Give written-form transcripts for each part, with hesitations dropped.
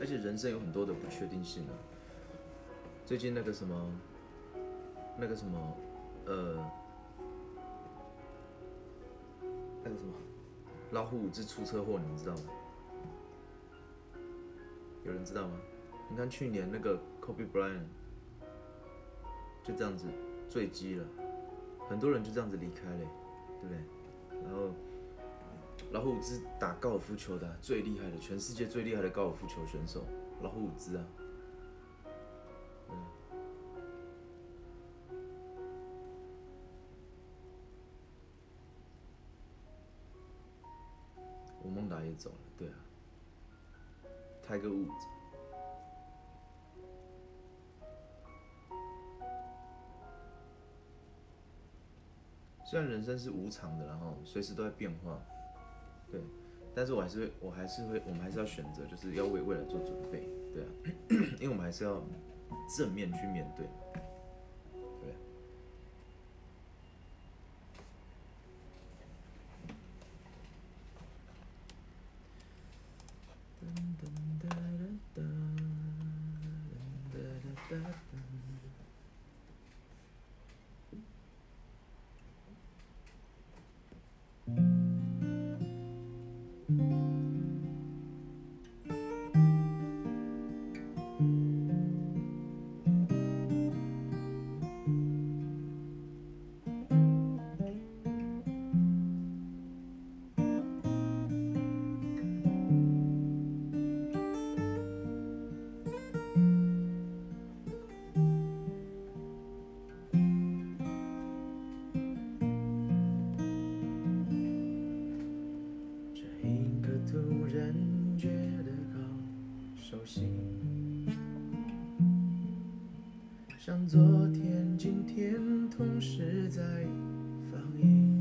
而且人生有很多的不确定性啊。最近那个什么，那个什么，那个什么，老虎伍兹出车祸，你们知道吗？有人知道吗？你看去年那个 Kobe Bryant 就这样子坠机了，很多人就这样子离开了，对不对？然后老虎伍兹打高尔夫球的最厉害的，全世界最厉害的高尔夫球选手，老虎伍兹啊。吴孟达也走了，对啊。Tiger Woods。虽然人生是无常的，然后随时都在变化，对，但是我们还是要选择，就是要为未来做准备，对啊，因为我们还是要正面去面对，对。像昨天、今天同时在放映，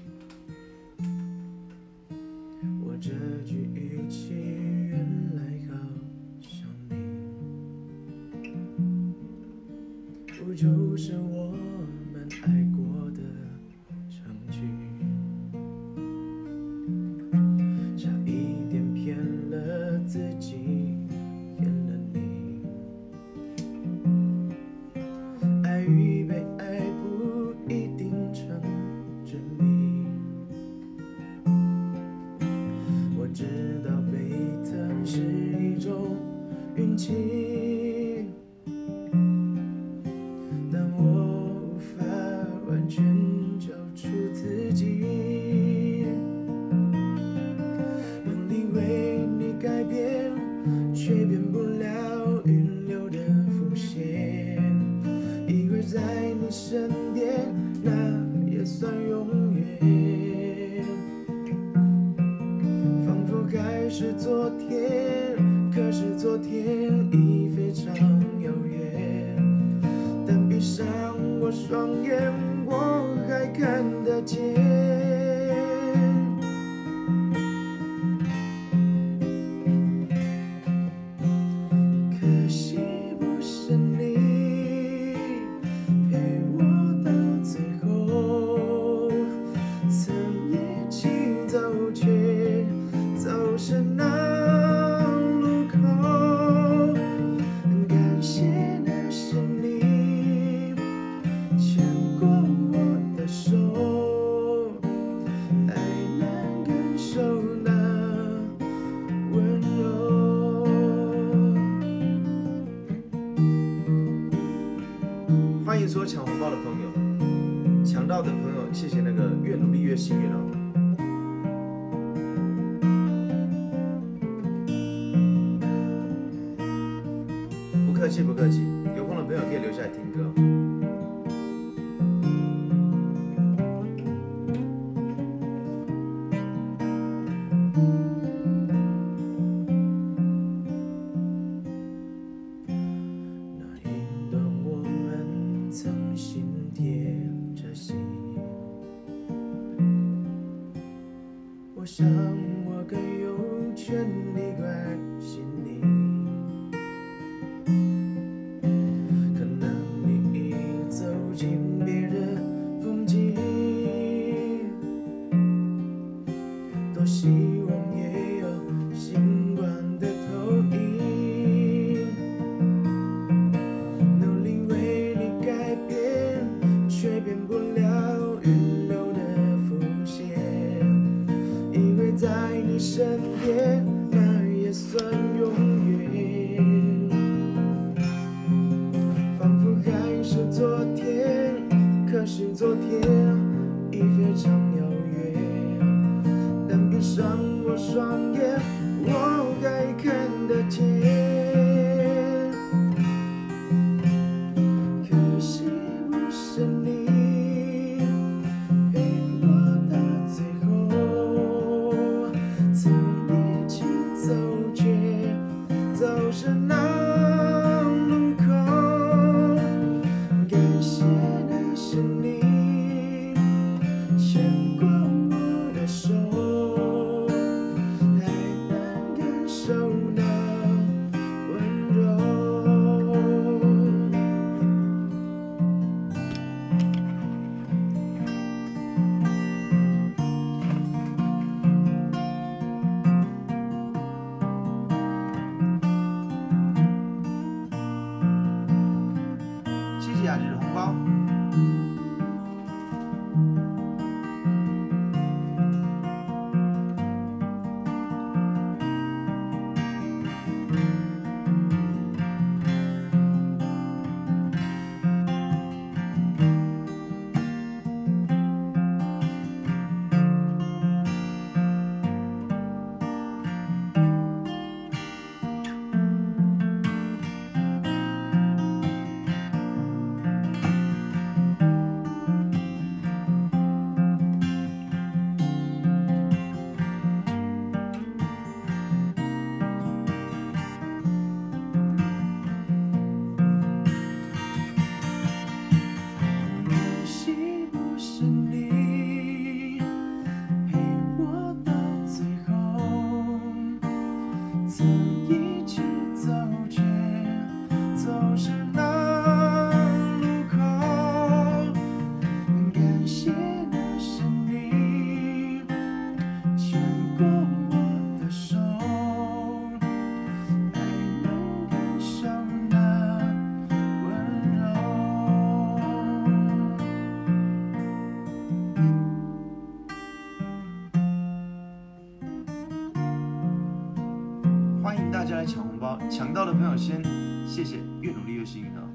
我这句语气原来好像你，不就是我们爱过的证据？差一点骗了自己。与被爱不一定成正比，我知道被疼是一种运气，但我无法完全交出自己，用力为你改变，却变不了预留的伏线。以为在你身边，那也算永远。仿佛还是昨天，可是昨天已非常遥远。但闭上我双眼，我还看得见。可惜不是你。是那路口，感谢的是你牵过我的手，还能感受那温柔。欢迎所有抢红包的朋友，抢到的朋友，谢谢那个越努力越幸运哦。不客气，不客气。有空的朋友可以留下来听歌。那一段我们曾心贴着心，我想我更有权利关心你。别人风景，多希望也有星光的投影。 是昨天，已非常遥远。但闭上我双眼，我该看得见。可惜不是你陪我到最后，曾一起走却走失那路口。感谢的是你牵过我的手，还能感受那温柔。谢谢雅芝的红包。可惜不是你陪我到最后，曾一起走却走失那路口。感谢的是你牵过我的手，还能感受那温柔。欢迎大家来抢红包，抢到的朋友先谢谢，越努力越幸运啊！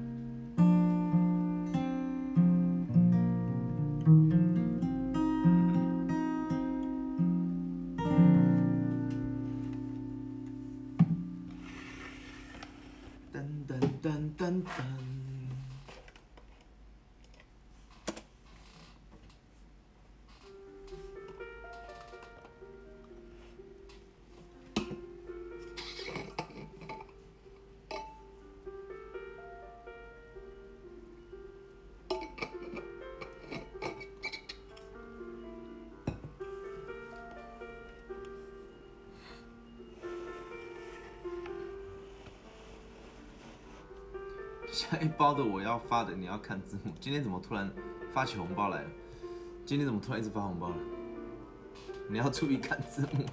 噔噔噔噔噔。下一包的我要发的，你要看字幕。今天怎么突然发起红包来了？今天怎么突然一直发红包了？你要注意看字幕。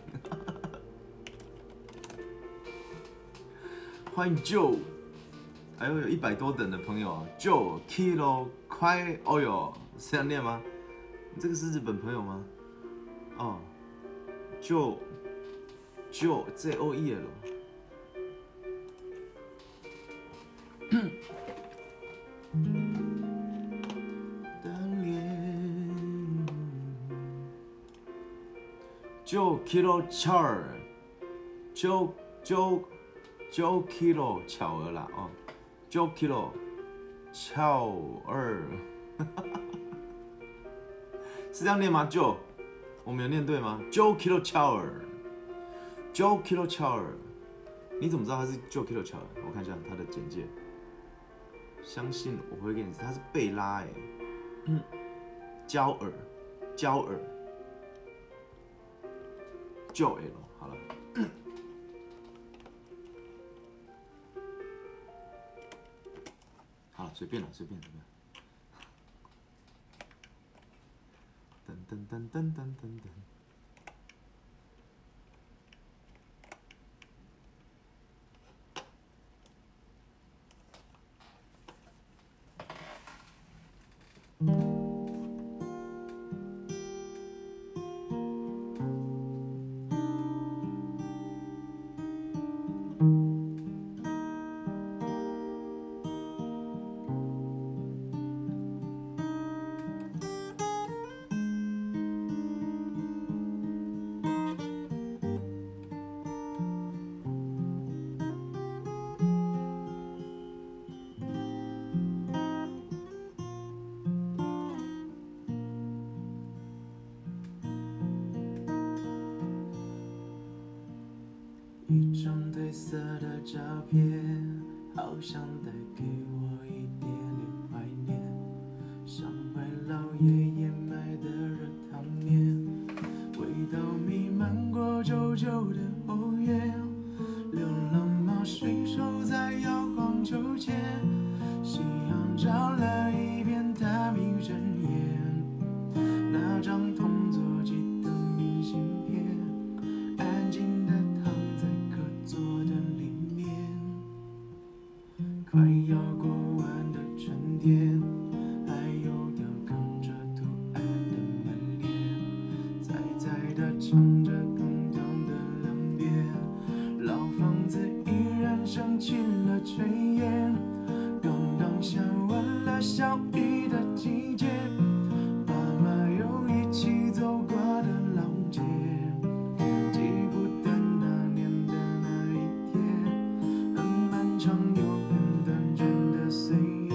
欢迎 Joe， 哎呦，有100多等的朋友啊 ，Joe Kilo 快，哦哟，是这样念吗？你这个是日本朋友吗？哦 ，Joe Joel。9 kilo 巧儿，9 kilo 巧儿啦哦，9 kilo 巧儿，是这样念吗？9，我没有念对吗？9 kilo 巧儿，9 kilo 巧儿，你怎么知道他是9 kilo 巧儿？我看一下他的简介。相信我会给你，他是贝拉哎，焦耳，9L 好了。好了，随便。噔。 色的照片，好像带给我一点点怀念。上回老爷爷买的热汤面，味道弥漫过旧旧的后院。流浪猫睡熟在摇晃秋千，夕阳照了一遍，他闭着眼。那张同座机的明信片，安静地躺在课桌的里面。快要过完的春天，还有条扛着图案的门帘，在在地唱着空调的两边。老房子依然升起了炊烟，刚刚下完了小雨的季节，爸妈又一起走过的老街，记不得那年的那一天，很漫长又很短暂的岁月。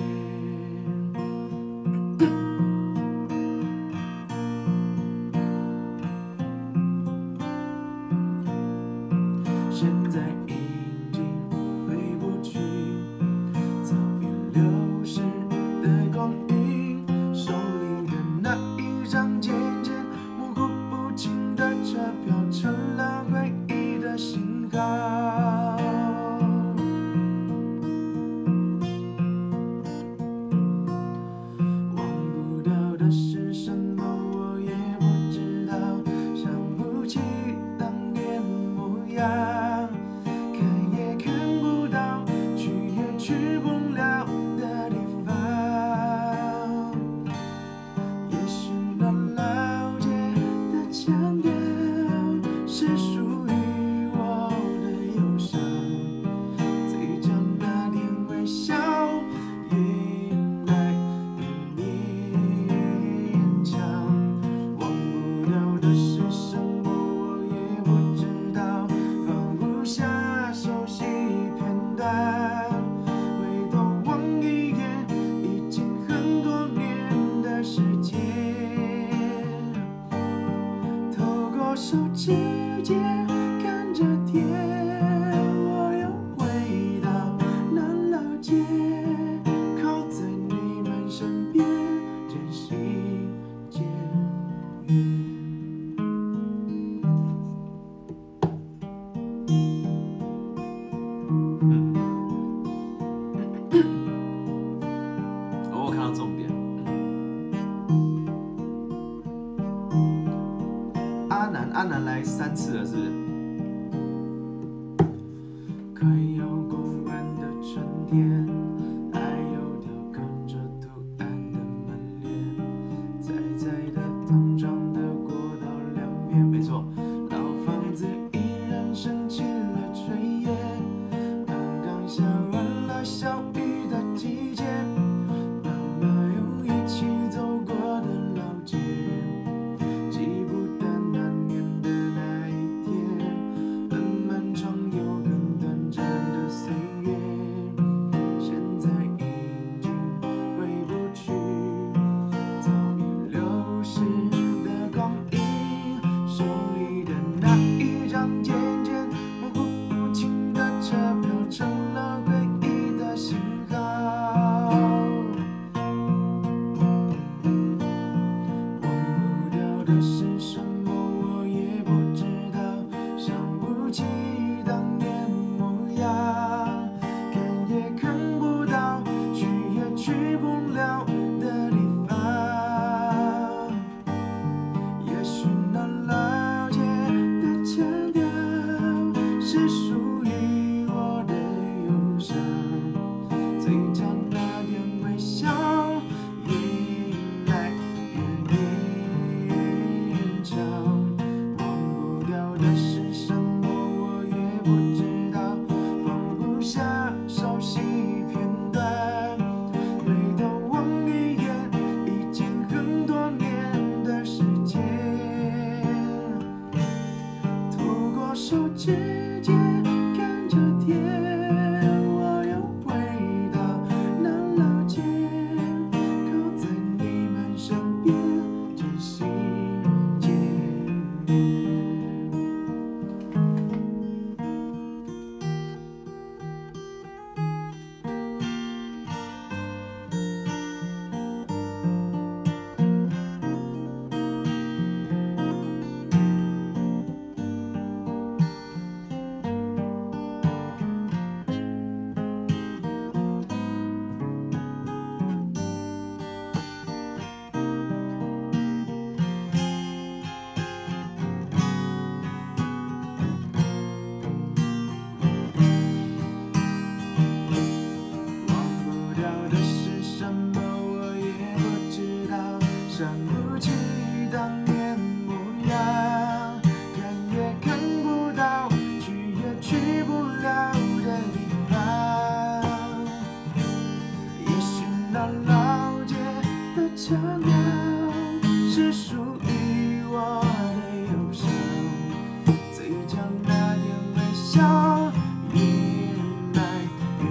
现在已经回不去早已流逝的光阴，手里的那一张渐渐模糊不清的车票，成了回忆的信号。忘不掉的是什么，我也不知道，想不起当年模样，看也看不到，去也去不了的地方。也许那老街的腔调是属于我的忧伤，嘴角那点微笑越来越勉强。忘不掉的是什么，我也不知道，放不下熟悉片段，回头望一眼，已经很多年的时间。透过手指间看着天，我又回到那老街，靠在你们身边，渐行渐远。我有看到重点。阿南来3次了，是不是？快要过完的春天，还有条扛着图案的门帘，在在的躺长的过道两边。没错，老房子依然升起了炊烟，刚刚下完了小雨的季节，爸妈又一起走过的老街，记不得那年的那一天， 想不起当年模样，看也看不到，去也去不了的地方。也许那老街的桥梁是属于我的忧伤，嘴角那点微笑越来越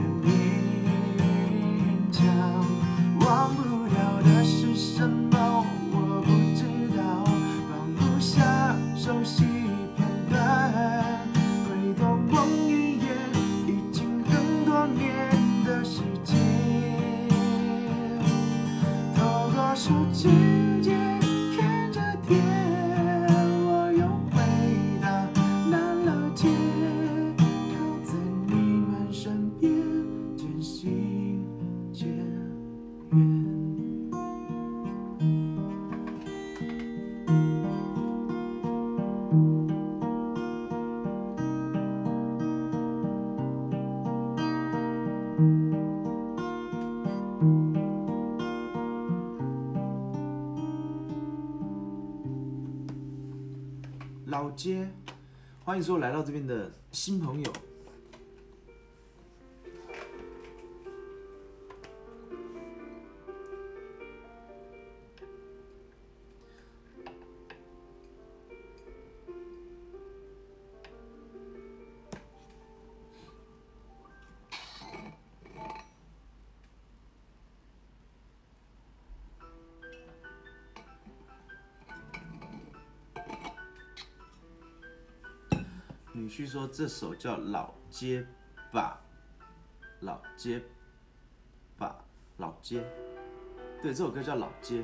勉强。忘不掉的是什么？我不知道，放不下熟悉片段，回头望一眼，已经很多年的时间。透过手指间看着天，我又回到那老街，靠在你们身边，渐行渐远。 老街，欢迎所有来到这边的新朋友。女婿说这首叫《老街吧》，老街吧，老街。对，这首歌叫《老街》，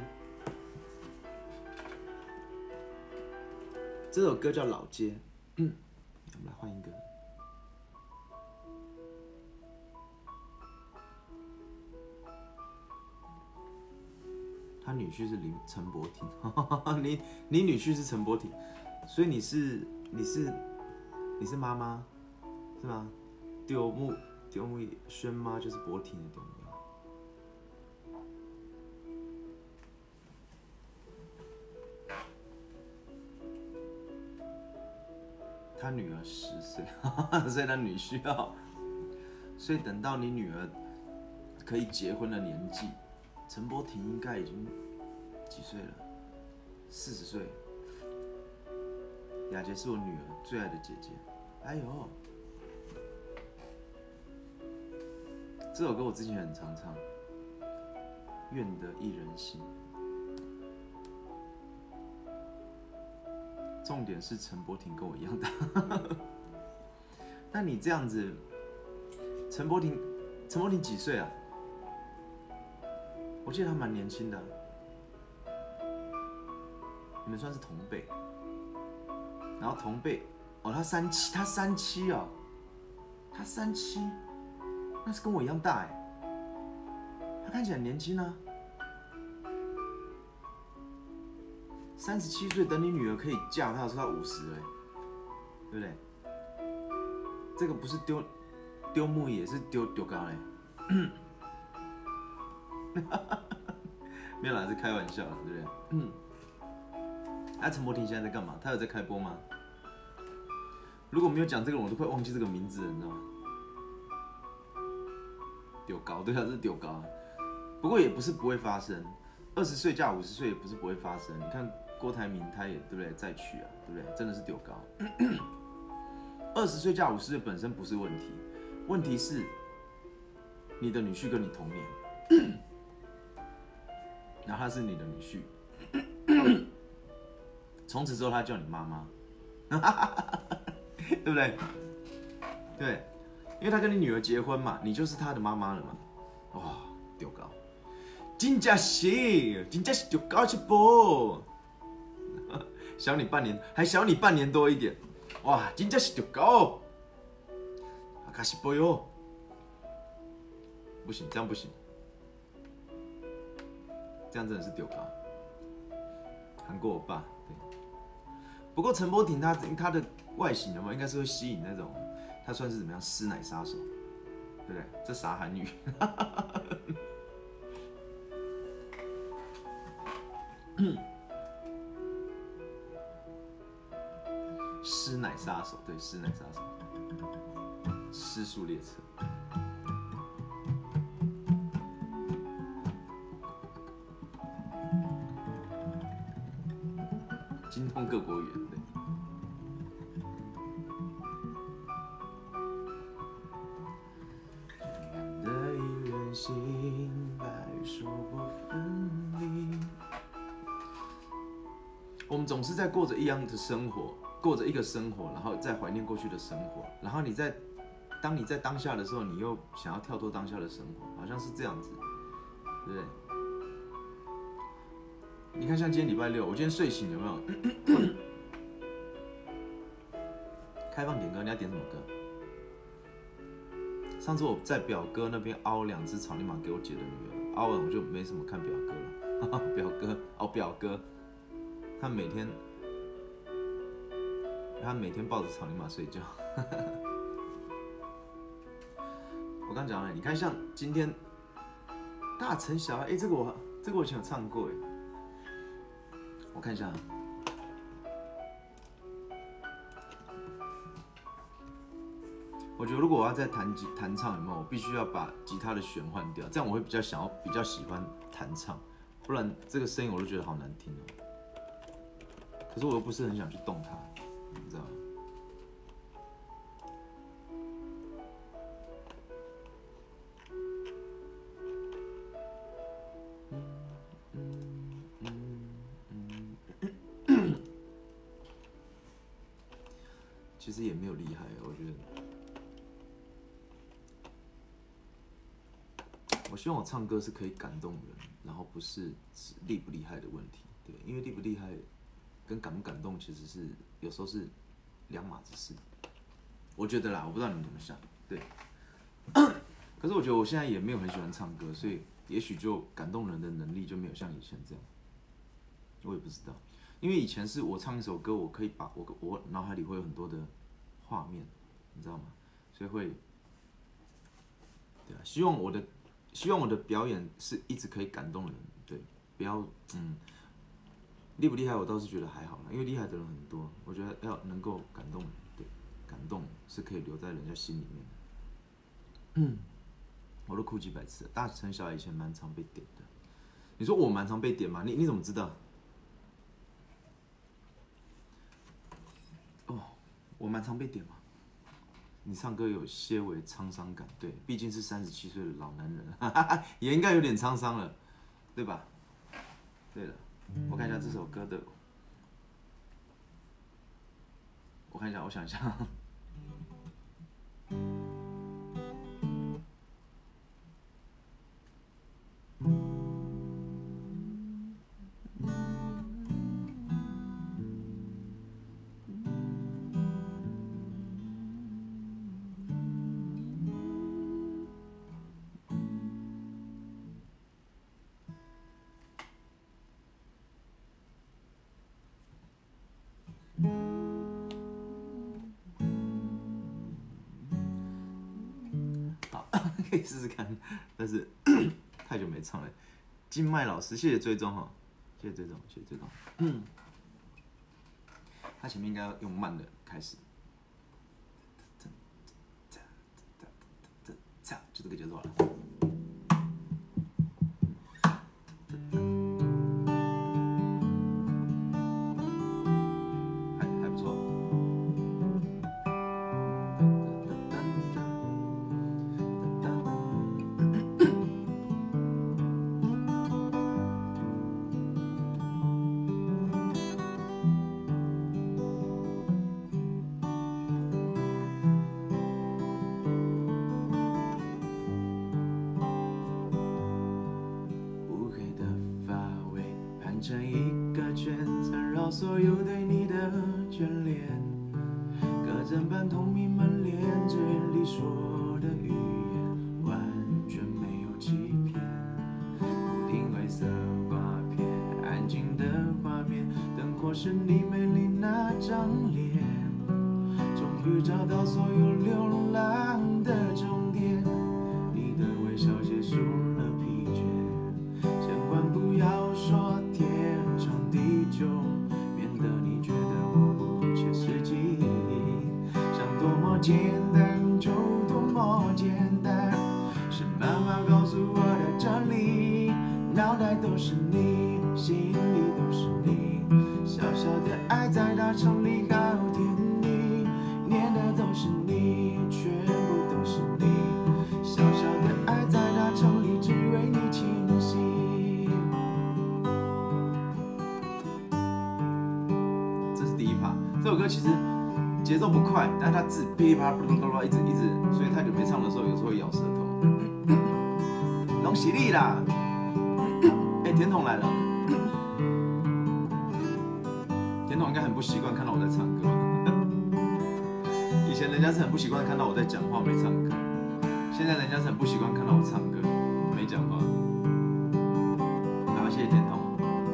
这首歌叫《老街》。我们来换一个。他女婿是陈柏廷，你女婿是陈柏廷，所以你是妈妈是吗？丢木轩妈就是柏廷的丢木。他女儿10岁，所以他女婿要，所以等到你女儿可以结婚的年纪，陈柏廷应该已经几岁了？40岁。雅洁是我女儿最爱的姐姐。哎呦，这首歌我之前很常唱，《愿得一人心》。重点是陈柏廷跟我一样大。那你这样子，陈柏廷几岁啊？我记得他蛮年轻的啊。你们算是同辈。然后同辈，哦，他37哦，他37，那是跟我一样大哎。他看起来很年轻啊。37岁，等你女儿可以嫁他的时候，他50了，对不对？这个不是丢木也是丢高嘞。没有啦，是开玩笑啦，对不对？啊，陈柏廷现在在干嘛？他有在开播吗？如果没有讲这个，我都快忘记这个名字了，你知道吗？丢高，对啊，是丢高。不过也不是不会发生，20岁嫁50岁也不是不会发生。你看郭台铭他也对不对？再娶啊，对不对？真的是丢高。20岁嫁50岁本身不是问题，问题是你的女婿跟你同年，然后他是你的女婿，从此之后他叫你妈妈，对不对？对，因为他跟你女儿结婚嘛，你就是他的妈妈了嘛。哇，丢高，真的是丢高一波，小你半年，还小你半年多一点，哇，真的是丢高，卡西波哟，不行，这样不行，这样真的是丢高，韩国我爸。对，不过陈柏廷他的外形有没有应该是会吸引那种，他算是怎么样师奶杀手，对不对？这啥韩语？ 师奶杀手，对，师奶杀手，失速列车。精通各国语言，对。 的一人行，白首不分离。 我们总是在过着一样的生活，过着一个生活，然后再怀念过去的生活，然后当你在当下的时候，你又想要跳脱当下的生活，好像是这样子，对不对？你看，像今天礼拜六，我今天睡醒有没有？开放点歌，你要点什么歌？上次我在表哥那边凹2只草泥马给我姐的女儿，凹完我就没什么看表哥了。表哥，他每天抱着草泥马睡觉。我刚讲了，你看像今天大城小爱，这个我以前有唱过哎。我看一下，我觉得如果我要再弹唱，有没有？我必须要把吉他的弦换掉，这样我会比较喜欢弹唱，不然这个声音我都觉得好难听哦。可是我又不是很想去动它，你知道吗？其实也没有厉害，我觉得。我希望我唱歌是可以感动人，然后不是厉不厉害的问题。对，因为厉不厉害跟感不感动其实是有时候是两码子事。我觉得啦，我不知道你们怎么想。对。可是我觉得我现在也没有很喜欢唱歌，所以也许就感动人的能力就没有像以前这样。我也不知道。因为以前是我唱一首歌，我可以把我脑海里会有很多的画面，你知道吗？所以会，对啊，希望我的表演是一直可以感动人，对，不要厉不厉害我倒是觉得还好啦，因为厉害的人很多，我觉得要能够感动人，对，感动是可以留在人家心里面的。我都哭几百次了，大城小爱以前蛮常被点的，你说我蛮常被点吗？你怎么知道？我蛮常被点嘛。你唱歌有些微沧桑感，对，毕竟是37岁的老男人，也应该有点沧桑了，对吧？对了，我看一下这首歌的，我想一下。可以试试看，但是太久没唱了。金麦老师，谢谢追踪哈，谢谢追踪，谢谢追踪。他前面应该要用慢的开始，就这个节奏了。还不错。 成一个圈，缠绕所有对你的眷恋。隔层般透明门帘，嘴里说的语言完全没有欺骗。固定灰色挂片，安静的画面，灯火是你美丽那张脸。终于找到所有流浪的终点，你的微笑结束了疲倦。千万不要说天长简单，就多么简单。是妈妈告诉我的真理，脑袋都是你，心里都是你。小小的爱在大城里好甜蜜，念的都是你，全部都是你。小小的爱在大城里只为你倾心。这是第一趴，这首歌其实节奏不快，但它字噼里啪啦一直，所以太久没唱的时候，有时候会咬舌头。拢是你啦！甜筒来了。甜筒应该很不习惯看到我在唱歌。以前人家是很不习惯看到我在讲话没唱歌，现在人家是很不习惯看到我唱歌没讲话。好，谢谢甜筒。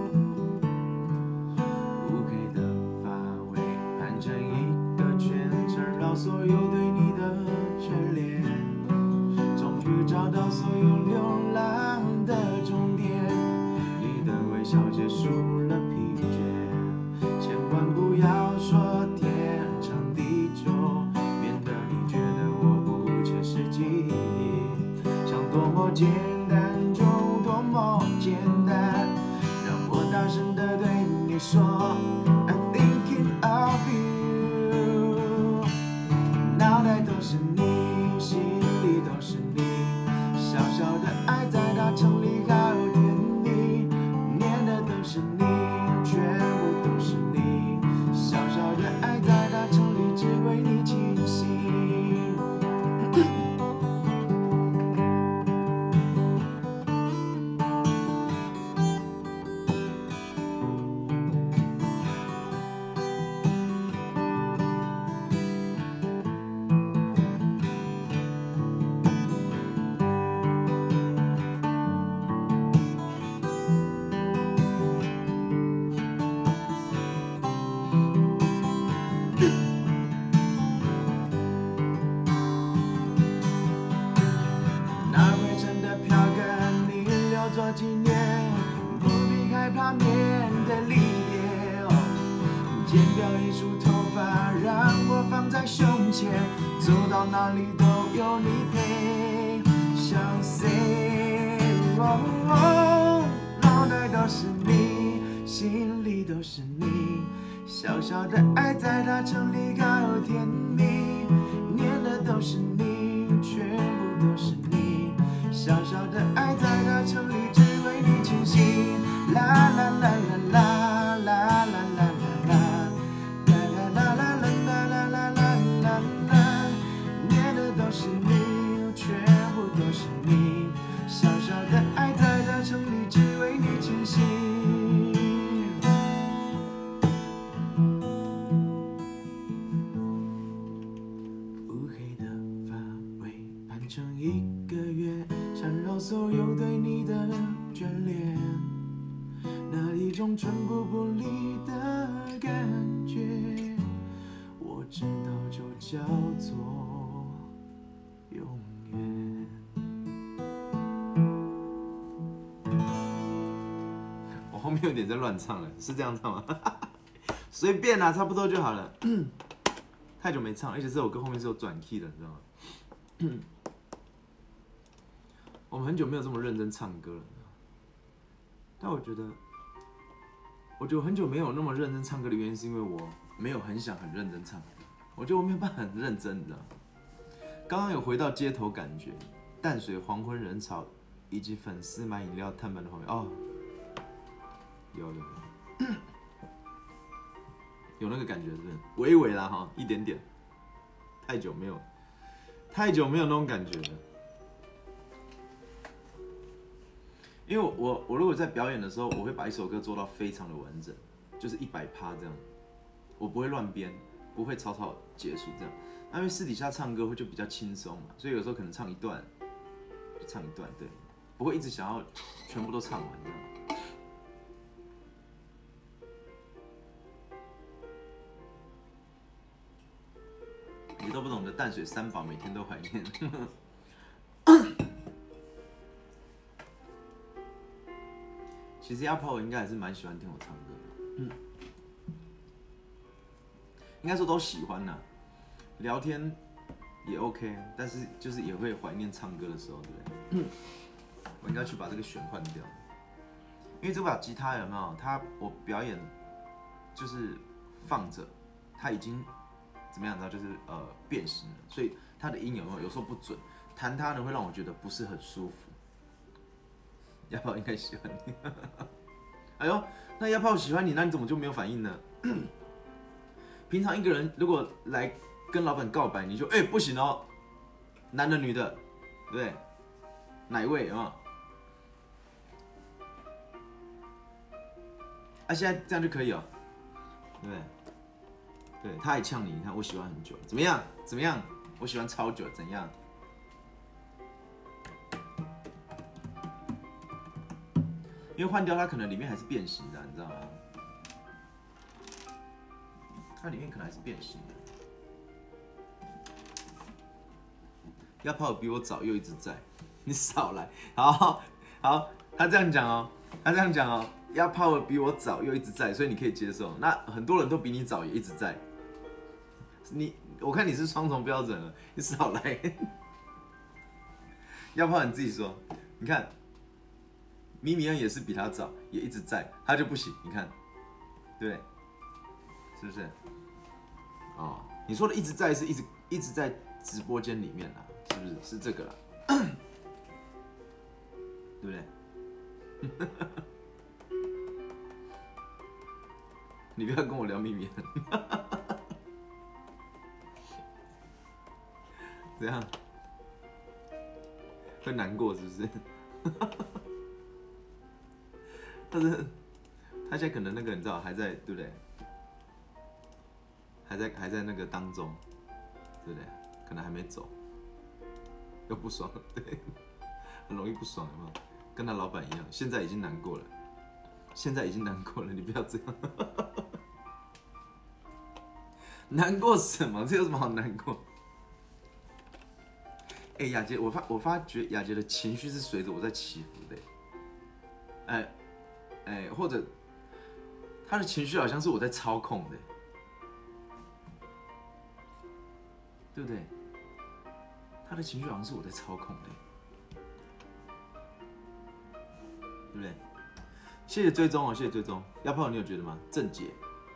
乌黑的发尾盘成一个圈，缠绕所有对你的眷恋，终于找到所有流浪的终点。你的微笑结束了疲倦，千万不要说天长地久，免得你觉得我不切实际。想多么简单就多么简单，让我大声地对你说 I'm thinking of you。 脑袋都是你，心里都是你。小小的爱在大城里好甜蜜，念的都是你，全部都是你。小小的爱在大城里只为你倾心。那灰尘的票根你留作纪念，不必害怕面对离别。剪掉一束头发，让我放在胸前，走到哪里都有你陪。像 say 脑袋都是你，心里都是你。小小的爱在大城里好甜蜜，念的都是你，全部都是你。小小的爱在大城里只为你倾心。啦啦啦啦啦啦啦啦啦啦啦啦啦啦啦啦啦，念的都是你，全部都是你。小小的爱在大城里只为你倾心。乌黑的发尾盘成一个圆，缠绕所有对你的眷恋，那一种寸步不离的感觉，我知道就叫做永远。我后面有点在乱唱了，是这样唱吗？随便啦，差不多就好了。太久没唱，而且这首歌后面是有转 key 的，你知道吗？我们很久没有这么认真唱歌了，但我觉得我很久没有那么认真唱歌的原因，是因为我没有很想很认真唱歌。我觉得我没有办法很认真，你知道吗？刚刚有回到街头感觉，淡水黄昏人潮，以及粉丝买饮料探班的画面。哦，有那个感觉，是不是？微微啦哈，一点点。太久没有那种感觉了。因为我如果在表演的时候，我会把一首歌做到非常的完整，就是100%这样，我不会乱编，不会草草结束这样。因为私底下唱歌会就比较轻松嘛，所以有时候可能唱一段，就唱一段，对，不会一直想要全部都唱完这样。你都不懂得淡水三宝，每天都怀念。其实阿炮应该还是蛮喜欢听我唱歌的，应该说都喜欢呐。聊天也 OK， 但是就是也会怀念唱歌的时候，对不对？我应该去把这个弦换掉，因为这把吉他有没有？我表演就是放着，它已经怎么样？你知道，就是变形了，所以它的音有没有？有时候不准，弹它呢会让我觉得不是很舒服。亚炮应该喜欢你，哎呦，那亚炮喜欢你，那你怎么就没有反应呢？平常一个人如果来跟老板告白，你就不行哦，男的女的，对不对？哪一位啊？啊，现在这样就可以哦，对不对？对，他还呛你，你看我喜欢很久，怎么样？怎么样？我喜欢超久，怎样？因为换掉它可能里面还是变形的，你知道吗？它里面可能还是变形的。要炮比我早又一直在，你少来。好，他这样讲哦，要炮比我早又一直在，所以你可以接受。那很多人都比你早也一直在，我看你是双重标准了，你少来。要炮你自己说，你看，米米恩也是比他早，也一直在，他就不行，你看，对，是不是？哦，你说的一直在是一直在直播间里面啦，是不是？是这个啦，对不对？你不要跟我聊秘密，怎样？会难过是不是？但是他现在可能那个你知道还在对不对？还在那个当中，对不对？可能还没走，又不爽，对，很容易不爽，有没有？跟他老板一样，现在已经难过了，你不要这样。难过什么？这有什么好难过？雅洁，我发觉雅洁的情绪是随着我在起伏的，或者他的情绪好像是我在操控的，对不对？他的情绪好像是我在操控的，对不对？谢谢追踪哦，谢谢追踪。亚炮，你有觉得吗？郑姐，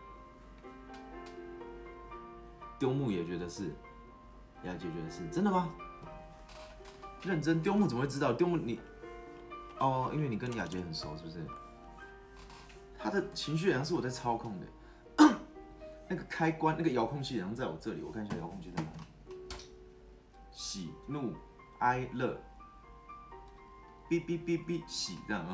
丢木也觉得是，雅洁觉得是，真的吗？认真，丢木怎么会知道？丢木你，哦，因为你跟雅洁很熟，是不是？他的情绪好像是我在操控的，那个开关，那个遥控器好像在我这里，我看一下遥控器在哪里。喜怒哀乐，哔哔哔哔，喜这样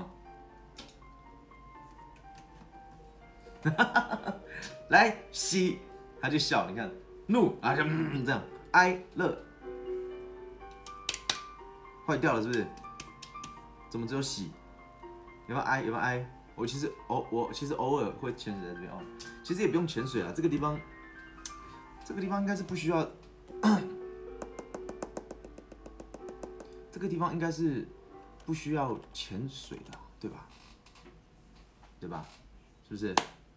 啊。来喜，他就笑，你看怒啊就这样，哀乐坏掉了是不是？怎么只有喜？有没有哀？有没有哀？我其实偶尔会潜水在这边哦，其实也不用潜水啦，这个地方应该是不需要，这个地方应该是不需要潜水的，对吧？对吧？是不是？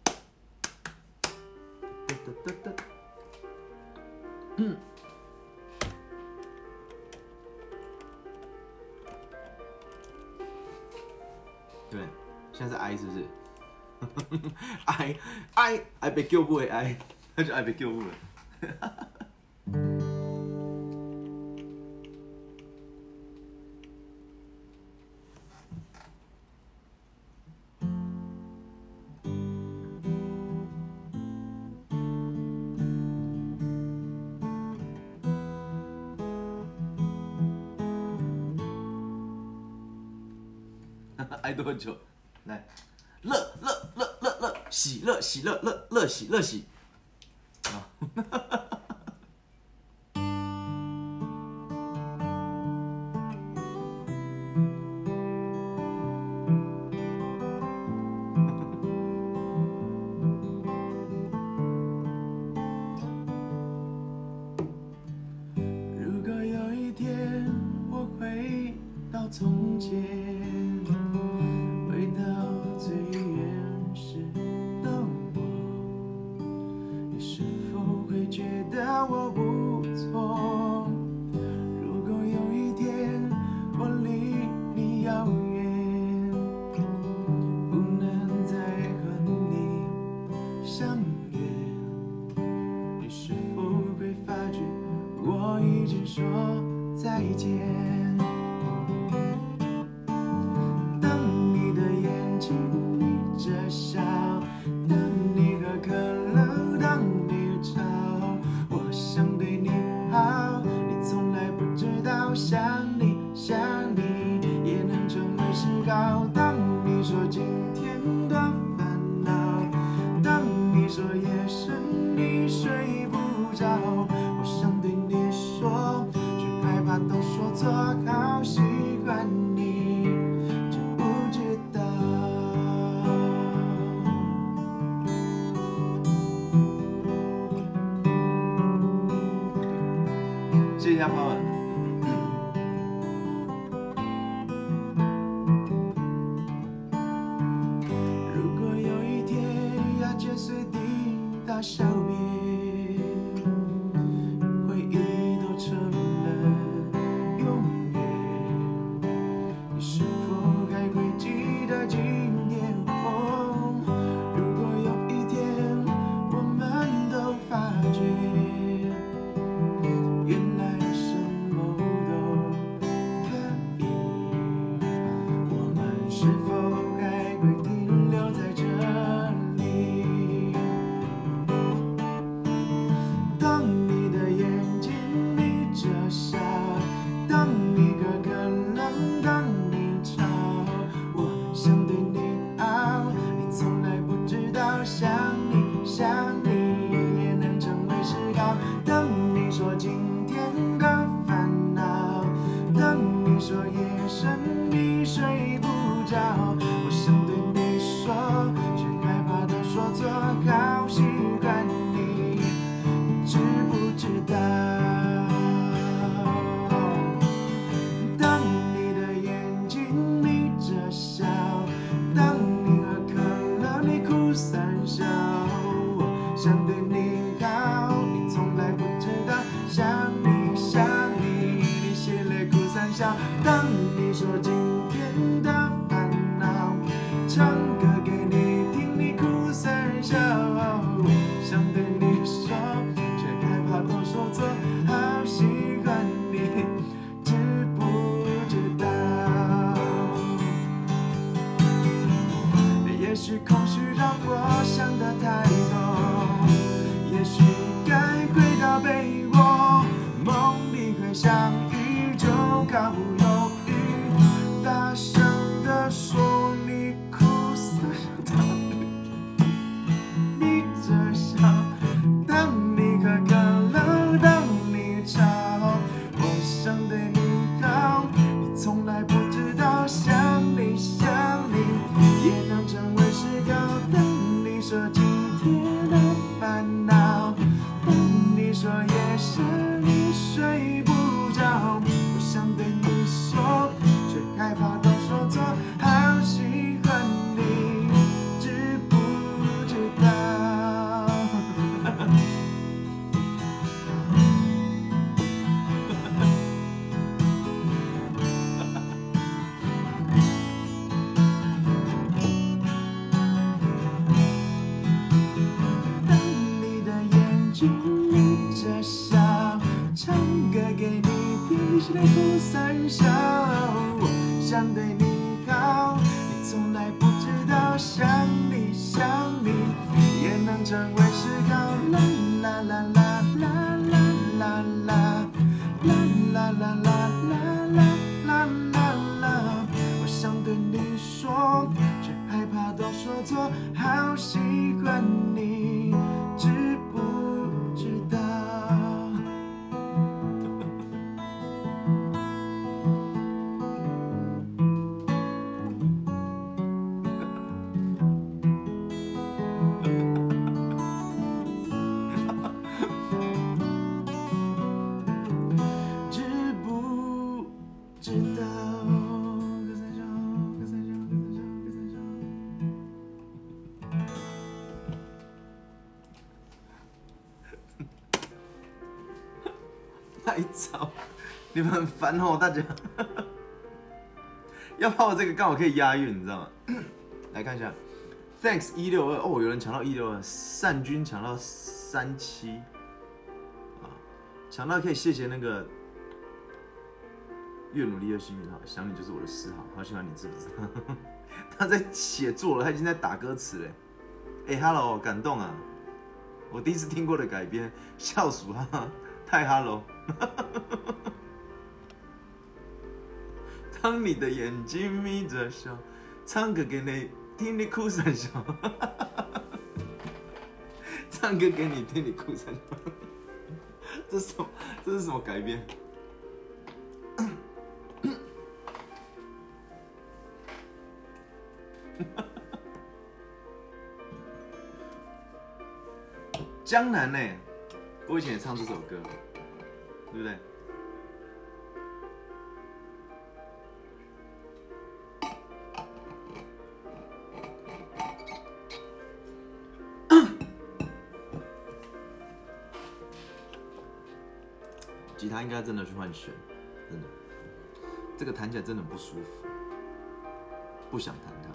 对，现在是哀是不是？哀被救不回哀，那就哀被救不了。哀多久？来，乐喜乐喜乐乐喜啊！ 如果有一天我回到从前，回到最原始的我，你是否会觉说再见。当你的眼睛眯着笑，当你喝可乐，当你吵，我想对你好，你从来不知道，想你想你也能成为嗜好。当你说今天多烦恼，当你说夜深你睡不着，我想对你说，却害怕都说错，好喜欢你，知不知道？谢谢大家朋友们。如果有一天要剪碎地大小便，回忆都成了永远，你是否还会记得今天？哦，如果有一天我们都发觉，原来什么都可以，我们是否还会停留在这里？当你的眼睛眯着笑，当你喝可乐，当你吵，我想对你好，你从来不知道，想你想你也能成为嗜好。当你说今天的烦恼，当你说夜深你睡不着，我想对你说，却害怕都说错，好喜欢你，知不知道？当你的眼睛眯着笑，当你喝可乐你哭三笑，我想对你好，你从来不知道，想你想你，你血泪哭三笑。当你说今天的烦恼，唱歌给你听，你哭三笑，想对你说，却害怕都说错，好喜欢你，知不知道？也许空虚让我想得太多，也许该回到被窝，梦里会相遇，就毫不犹豫，大声地说你哭死了，眯着笑。当你喝可乐，当你吵，我想对你好，你从来不知道，想你想你也能成为嗜好。当你说今天的烦恼，当你说夜深你睡不着，我想对你说，却害怕都说错，好喜欢你，知不知道？当你的眼睛眯着笑，唱歌给你听，你是泪哭三笑，我想对你好，你从来不知道，想你想你也能成为嗜好。啦啦啦啦啦啦啦啦啦啦啦啦啦啦啦，我想对你说，却害怕都说错，好喜欢你，知不知道？知不知道？隔三小，隔三小，隔三小，隔三小。太早，你们很烦哦，大家。要怕我这个刚好可以押韵，你知道吗？来看一下 ，Thanks 162哦，有人抢到162，善君抢到37，啊，抢到可以谢谢那个越努力越幸运。好，想你就是我的嗜好，好喜欢你，知不知道？他在写作了，他已经在打歌词了。Hello， 感动啊！我第一次听过的改编，笑死哈，太 Hello。当你的眼睛眯着笑，唱歌给你听，你哭三笑。唱歌给你听，你哭三笑。这是什么改编？江南呢？我以前也唱这首歌，对不对？吉他应该真的去换弦，真的，这个弹起来真的很不舒服，不想弹它。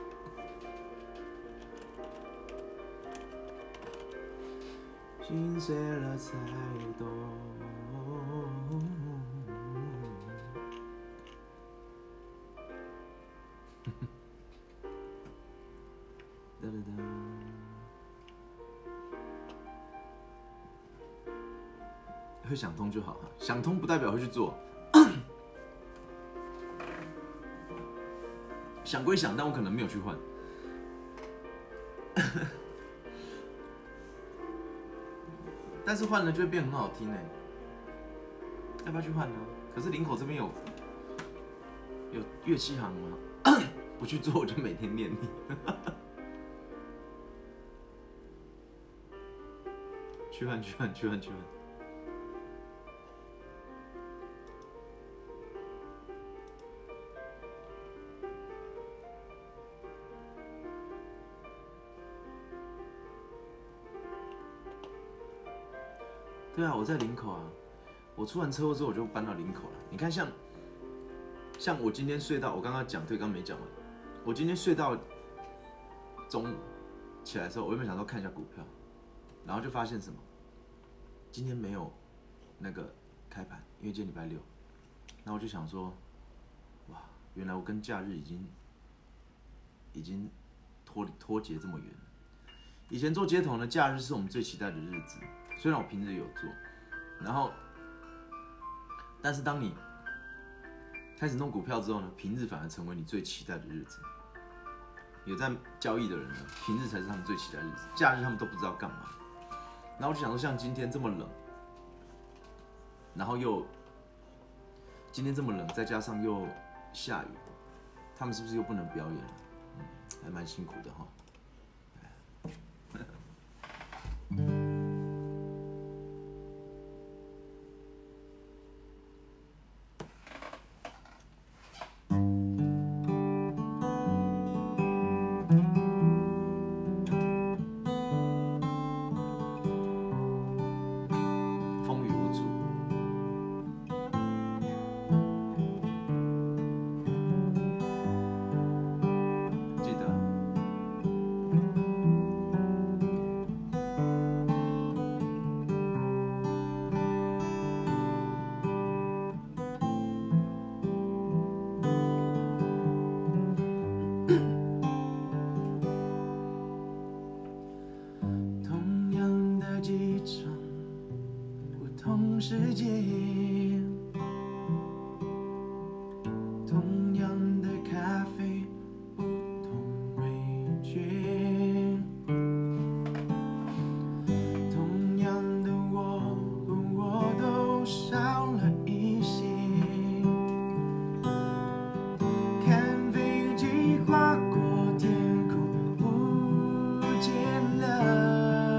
心碎了才懂。哒哒哒。会想通就好哈，想通不代表会去做。想归想，但我可能没有去换。但是换了就会变很好听哎，要不要去换呢？可是林口这边有乐器行吗？不去做我就每天练你。去换。对啊，我在林口啊。我出完车祸之后我就搬到林口了。你看像我今天睡到，我刚刚讲对，刚没讲完。我今天睡到中午起来的时候，我原本想说看一下股票，然后就发现什么？今天没有那个开盘，因为今天礼拜六。然后我就想说，哇，原来我跟假日已经脱节这么远了。以前做街头呢，假日是我们最期待的日子。虽然我平日有做，然后，但是当你开始弄股票之后呢，平日反而成为你最期待的日子。有在交易的人呢，平日才是他们最期待的日子，假日他们都不知道干嘛。然后我就想说，像今天这么冷，然后今天这么冷，再加上又下雨，他们是不是又不能表演了？还蛮辛苦的哈。世界，同样的咖啡，不同味觉，同样的我和我都少了一些。看飞机划过天空，不见了。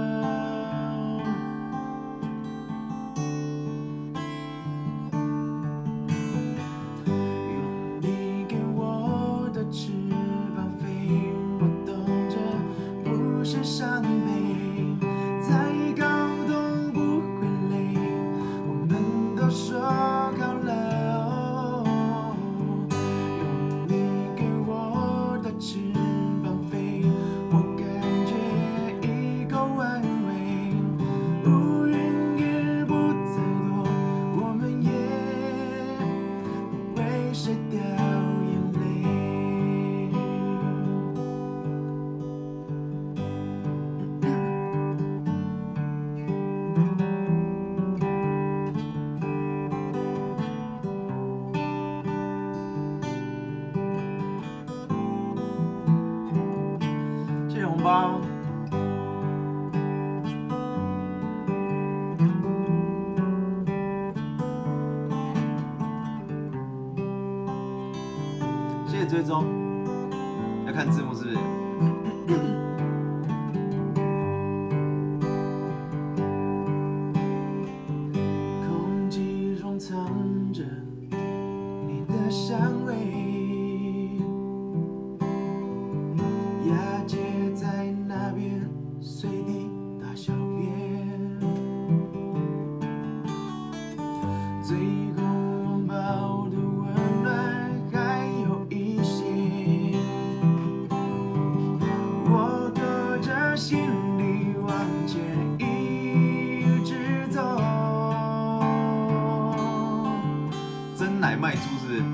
伤悲，再感动不会累，我们都说好了。用你给我的翅膀飞，我感觉一个完美，乌云也不再多，我们也松，要看字幕是不是？ 空气中藏着你的香味，牙结在那边随地大小便，最后拥抱的温暖还有一些，我隔着心里往前一直走。 真奶卖猪是不是？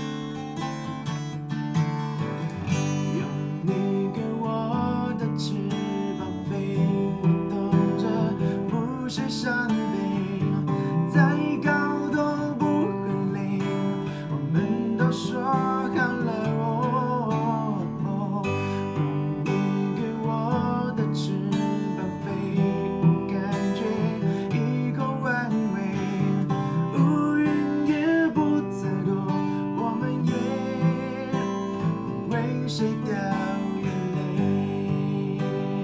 用你给我的翅膀飞，我懂这不是伤悲，再高都不会累，我们都说好了哦。用你给我的翅膀飞，我感觉一口安慰，乌云也不再多，我们也不为谁掉眼泪。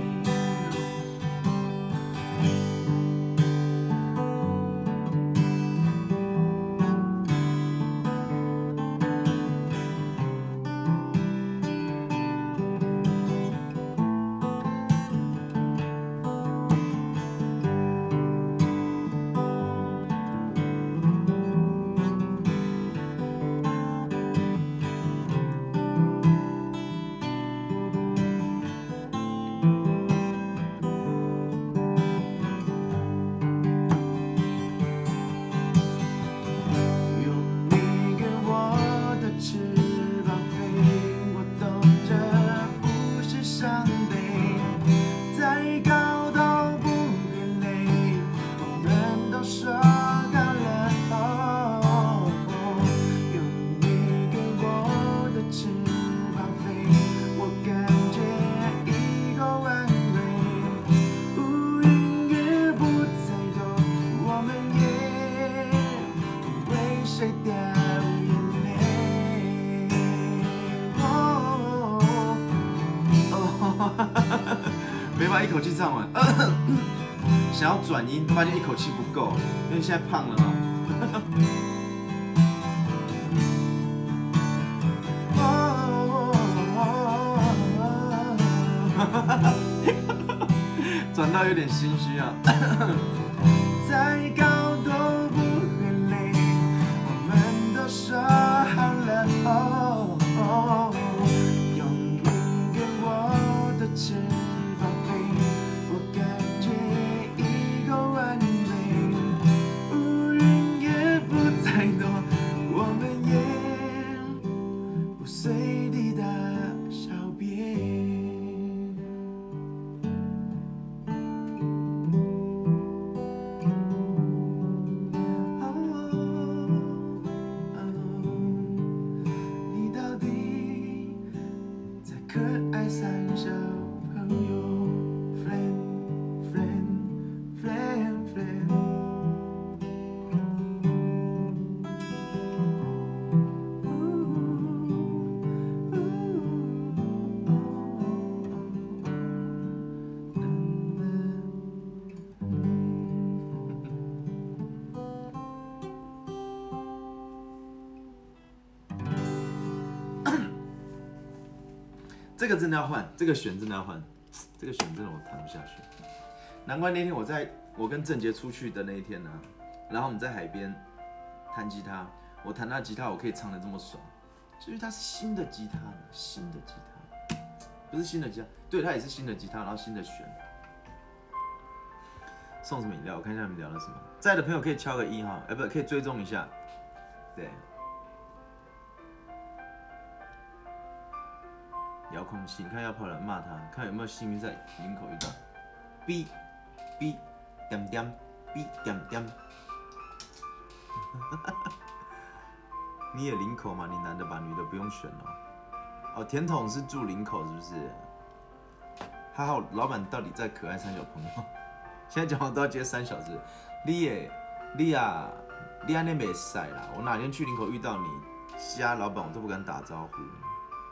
用你给我的翅膀飞，我懂这不是伤悲，再高都不会累，我们都说好了哦。用你给我的翅膀飞，我感觉一口安慰，乌云也不再多，我们也不为谁掉眼泪。 没办法一口气唱完，想要转音，发现一口气不够，因为现在胖了转到有点心虚啊。 再高都不会累，我们都说好了哦。用你给我的翅膀飞，我感觉一口安慰，乌云也不再多，我们也不随地大小便。你到底在可爱三小朋友 friend friend friend friend。 这个真的要换，这个弦真的要换，这个弦真的我弹不下去。难怪那天我跟郑杰出去的那一天呢、然后我们在海边弹吉他，我弹他吉他我可以唱得这么爽，就是它是新的吉他，新的吉他，不是新的吉他，对，它也是新的吉他，然后新的弦。送什么饮料？我看一下你们聊了什么。在的朋友可以敲个1哈，不可以追踪一下，对。遥控器，你看要跑来骂他，看有没有幸运在林口遇到。B B 点点 B 点点。你也林口吗？你男的吧，女的不用选哦。哦，甜筒是住林口是不是？还好老板到底在可爱三小朋友。现在讲话都要接3小时。你安尼袂使啦，我哪天去林口遇到你，其他老板我都不敢打招呼。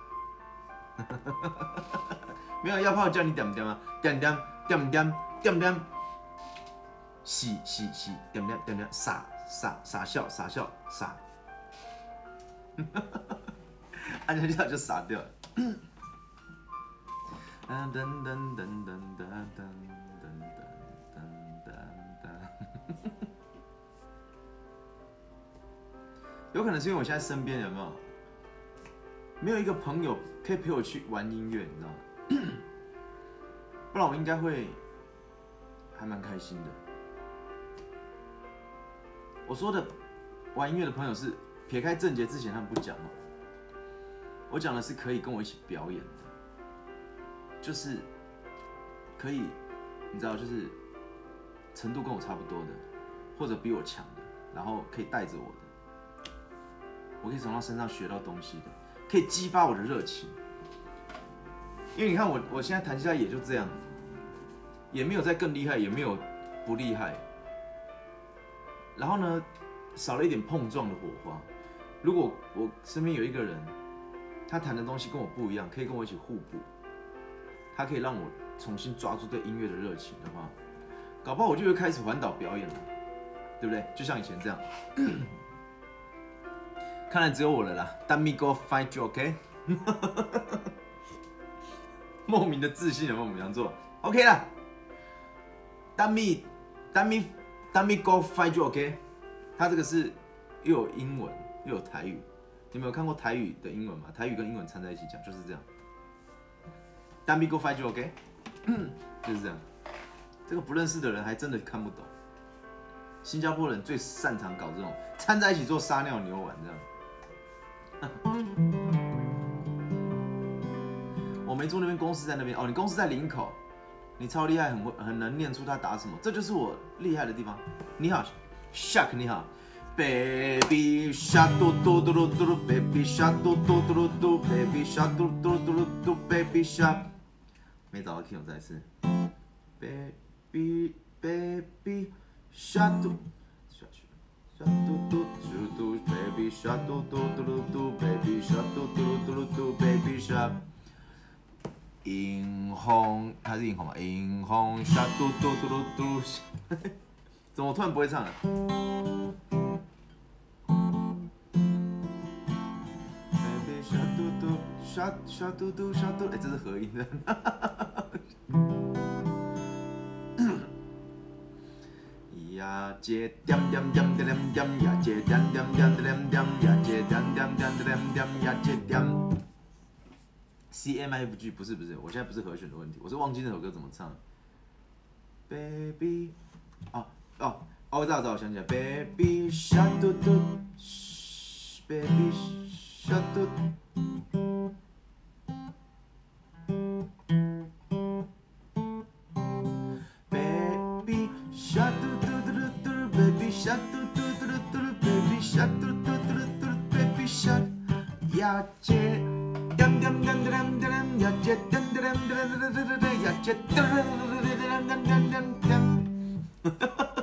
没有要炮叫你点点啊，点点点点点点，喜点点点点，傻笑傻，按下去就傻掉了。噔噔噔噔噔噔噔噔噔，有可能是因为我现在身边有没有一个朋友可以陪我去玩音乐，你知道吗？不然我应该会还蛮开心的。我说的玩音乐的朋友是撇开正节之前他们不讲嘛，我讲的是可以跟我一起表演的，就是可以，你知道，就是程度跟我差不多的，或者比我强的，然后可以带着我的，我可以从他身上学到东西的，可以激发我的热情。因为你看我现在弹吉他也就这样，也没有再更厉害，也没有不厉害。然后呢，少了一点碰撞的火花。如果我身边有一个人，他弹的东西跟我不一样，可以跟我一起互补，他可以让我重新抓住对音乐的热情的话，搞不好我就会开始环岛表演了，对不对？就像以前这样。看来只有我了啦。Let me go find you, OK？ 莫名的自信有没有？我们这样做 ，OK 啦。Let me go find you, OK？ 它这个是又有英文又有台语。你们有看过台语的英文吗？台语跟英文掺在一起讲，就是这样。Let me go find you, OK？ 就是这样。这个不认识的人还真的看不懂。新加坡人最擅长搞这种掺在一起做撒尿牛丸这样。我没住那边，公司在那边哦。你公司在林口，你超厉害，很能念出他打什么，这就是我厉害的地方。你好 ，Shark， 你好 ，Baby Shark 嘟嘟嘟嘟嘟 ，Baby Shark 嘟嘟嘟嘟嘟 ，Baby Shark 嘟嘟嘟嘟嘟 ，Baby Shark。没找到 key， 我再一次 ，Baby Shark 嘟。嘟嘟嘟嘟 ，Baby Shark 嘟嘟嘟嘟嘟 ，Baby Shark 嘟嘟嘟嘟嘟 ，Baby Shark。银红，它是银红嘛？银红下嘟嘟嘟嘟嘟，怎么突然不会唱了？Baby 下嘟嘟下嘟嘟下嘟，哎，这是合音的。呀姐点点点点点点呀姐点点点点点呀姐点点点点点呀姐点。C M F G 不是，我现在不是和弦的问题，我是忘记那首歌怎么唱。Baby， 我知道，我想起来 ，Baby shark 嘟嘟 ，Baby shark 嘟。Baby shark 嘟嘟嘟嘟嘟 ，Baby shark 嘟嘟嘟嘟嘟 ，Baby shark 嘟嘟嘟嘟嘟 ，Baby shark， 呀姐。点点点点点呀姐点点点点点点呀姐点点点点点点。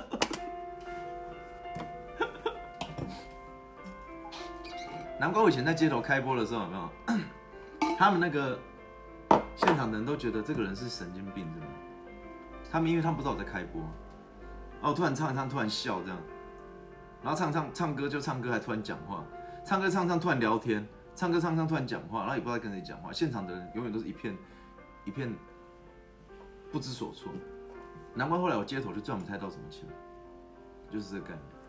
难怪我以前在街头开播的时候，有没有？他们那个现场的人都觉得这个人是神经病，是吗？因为他们不知道我在开播，然后突然唱一唱，突然笑这样，然后唱歌就唱歌，还突然讲话，唱歌唱突然聊天。唱歌突然讲话，然后也不知道跟谁讲话，现场的人永远都是一片不知所措。难怪后来我街头就赚不太到什么钱，就是这个概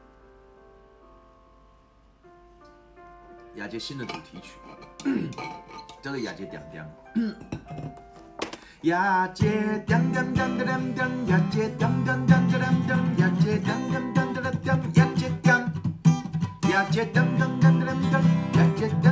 念。雅洁新的主题曲叫做《雅洁点点》。雅洁点点点点点，雅洁点点点点点，雅洁点点点点点，雅洁点，雅洁点点点点点，雅洁点。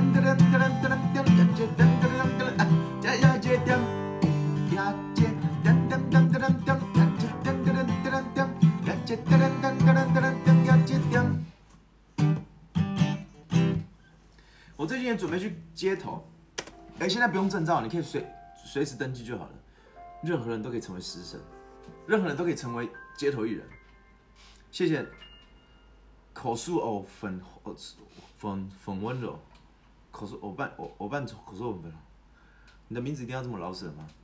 我最近也准备去街头，现在不用证照，你可以随时登记就好了。任何人都可以成为食神，任何人都可以成为街头艺人。谢谢口述偶粉温柔。口述偶伴口述我们了， 你的名字一定要这么老舍吗？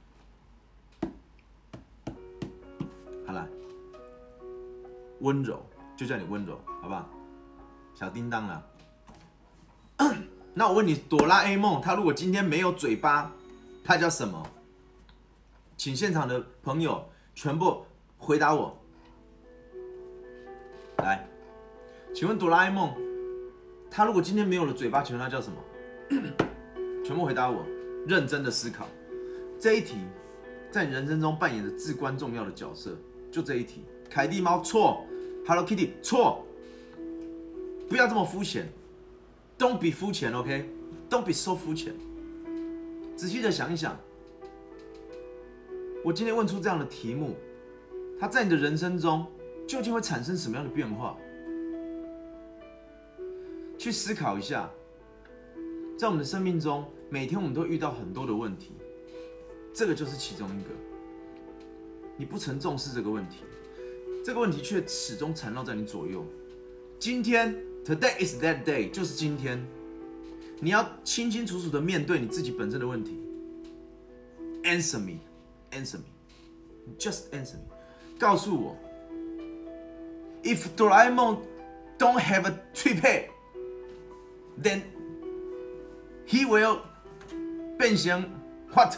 好啦，温柔就叫你温柔，好不好？小叮当啦。那我问你，哆啦 A 梦他如果今天没有嘴巴，他叫什么？请现场的朋友全部回答我。来，请问哆啦 A 梦，他如果今天没有了嘴巴，请问他叫什么？全部回答我，认真的思考。这一题在你人生中扮演着至关重要的角色，就这一题。凯蒂猫错 ，Hello Kitty 错，不要这么肤浅 ，Don't be 肤浅 ，OK？Don't be so 肤浅。仔细的想一想，我今天问出这样的题目，它在你的人生中究竟会产生什么样的变化？去思考一下，在我们的生命中，每天我们都遇到很多的问题，这个就是其中一个。你不曾重视这个问题，这个问题却始终缠绕在你左右。今天 ，Today is that day， 就是今天，你要清清楚楚的面对你自己本身的问题。Answer me, answer me, just answer me。告诉我 ，If 哆啦 A 梦 don't have a trip，then he will 变成 what？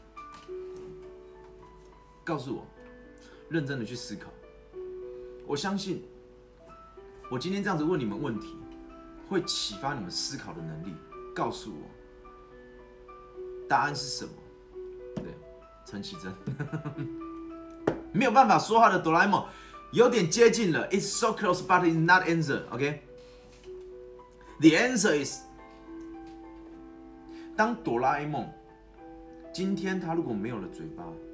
告诉我，认真的去思考。我相信，我今天这样子问你们问题，会启发你们思考的能力。告诉我，答案是什么？对，陈绮贞，没有办法说话的哆啦 A 梦，有点接近了。It's so close, but it's not answer. OK？The answer is， 当哆啦 A 梦今天他如果没有了嘴巴，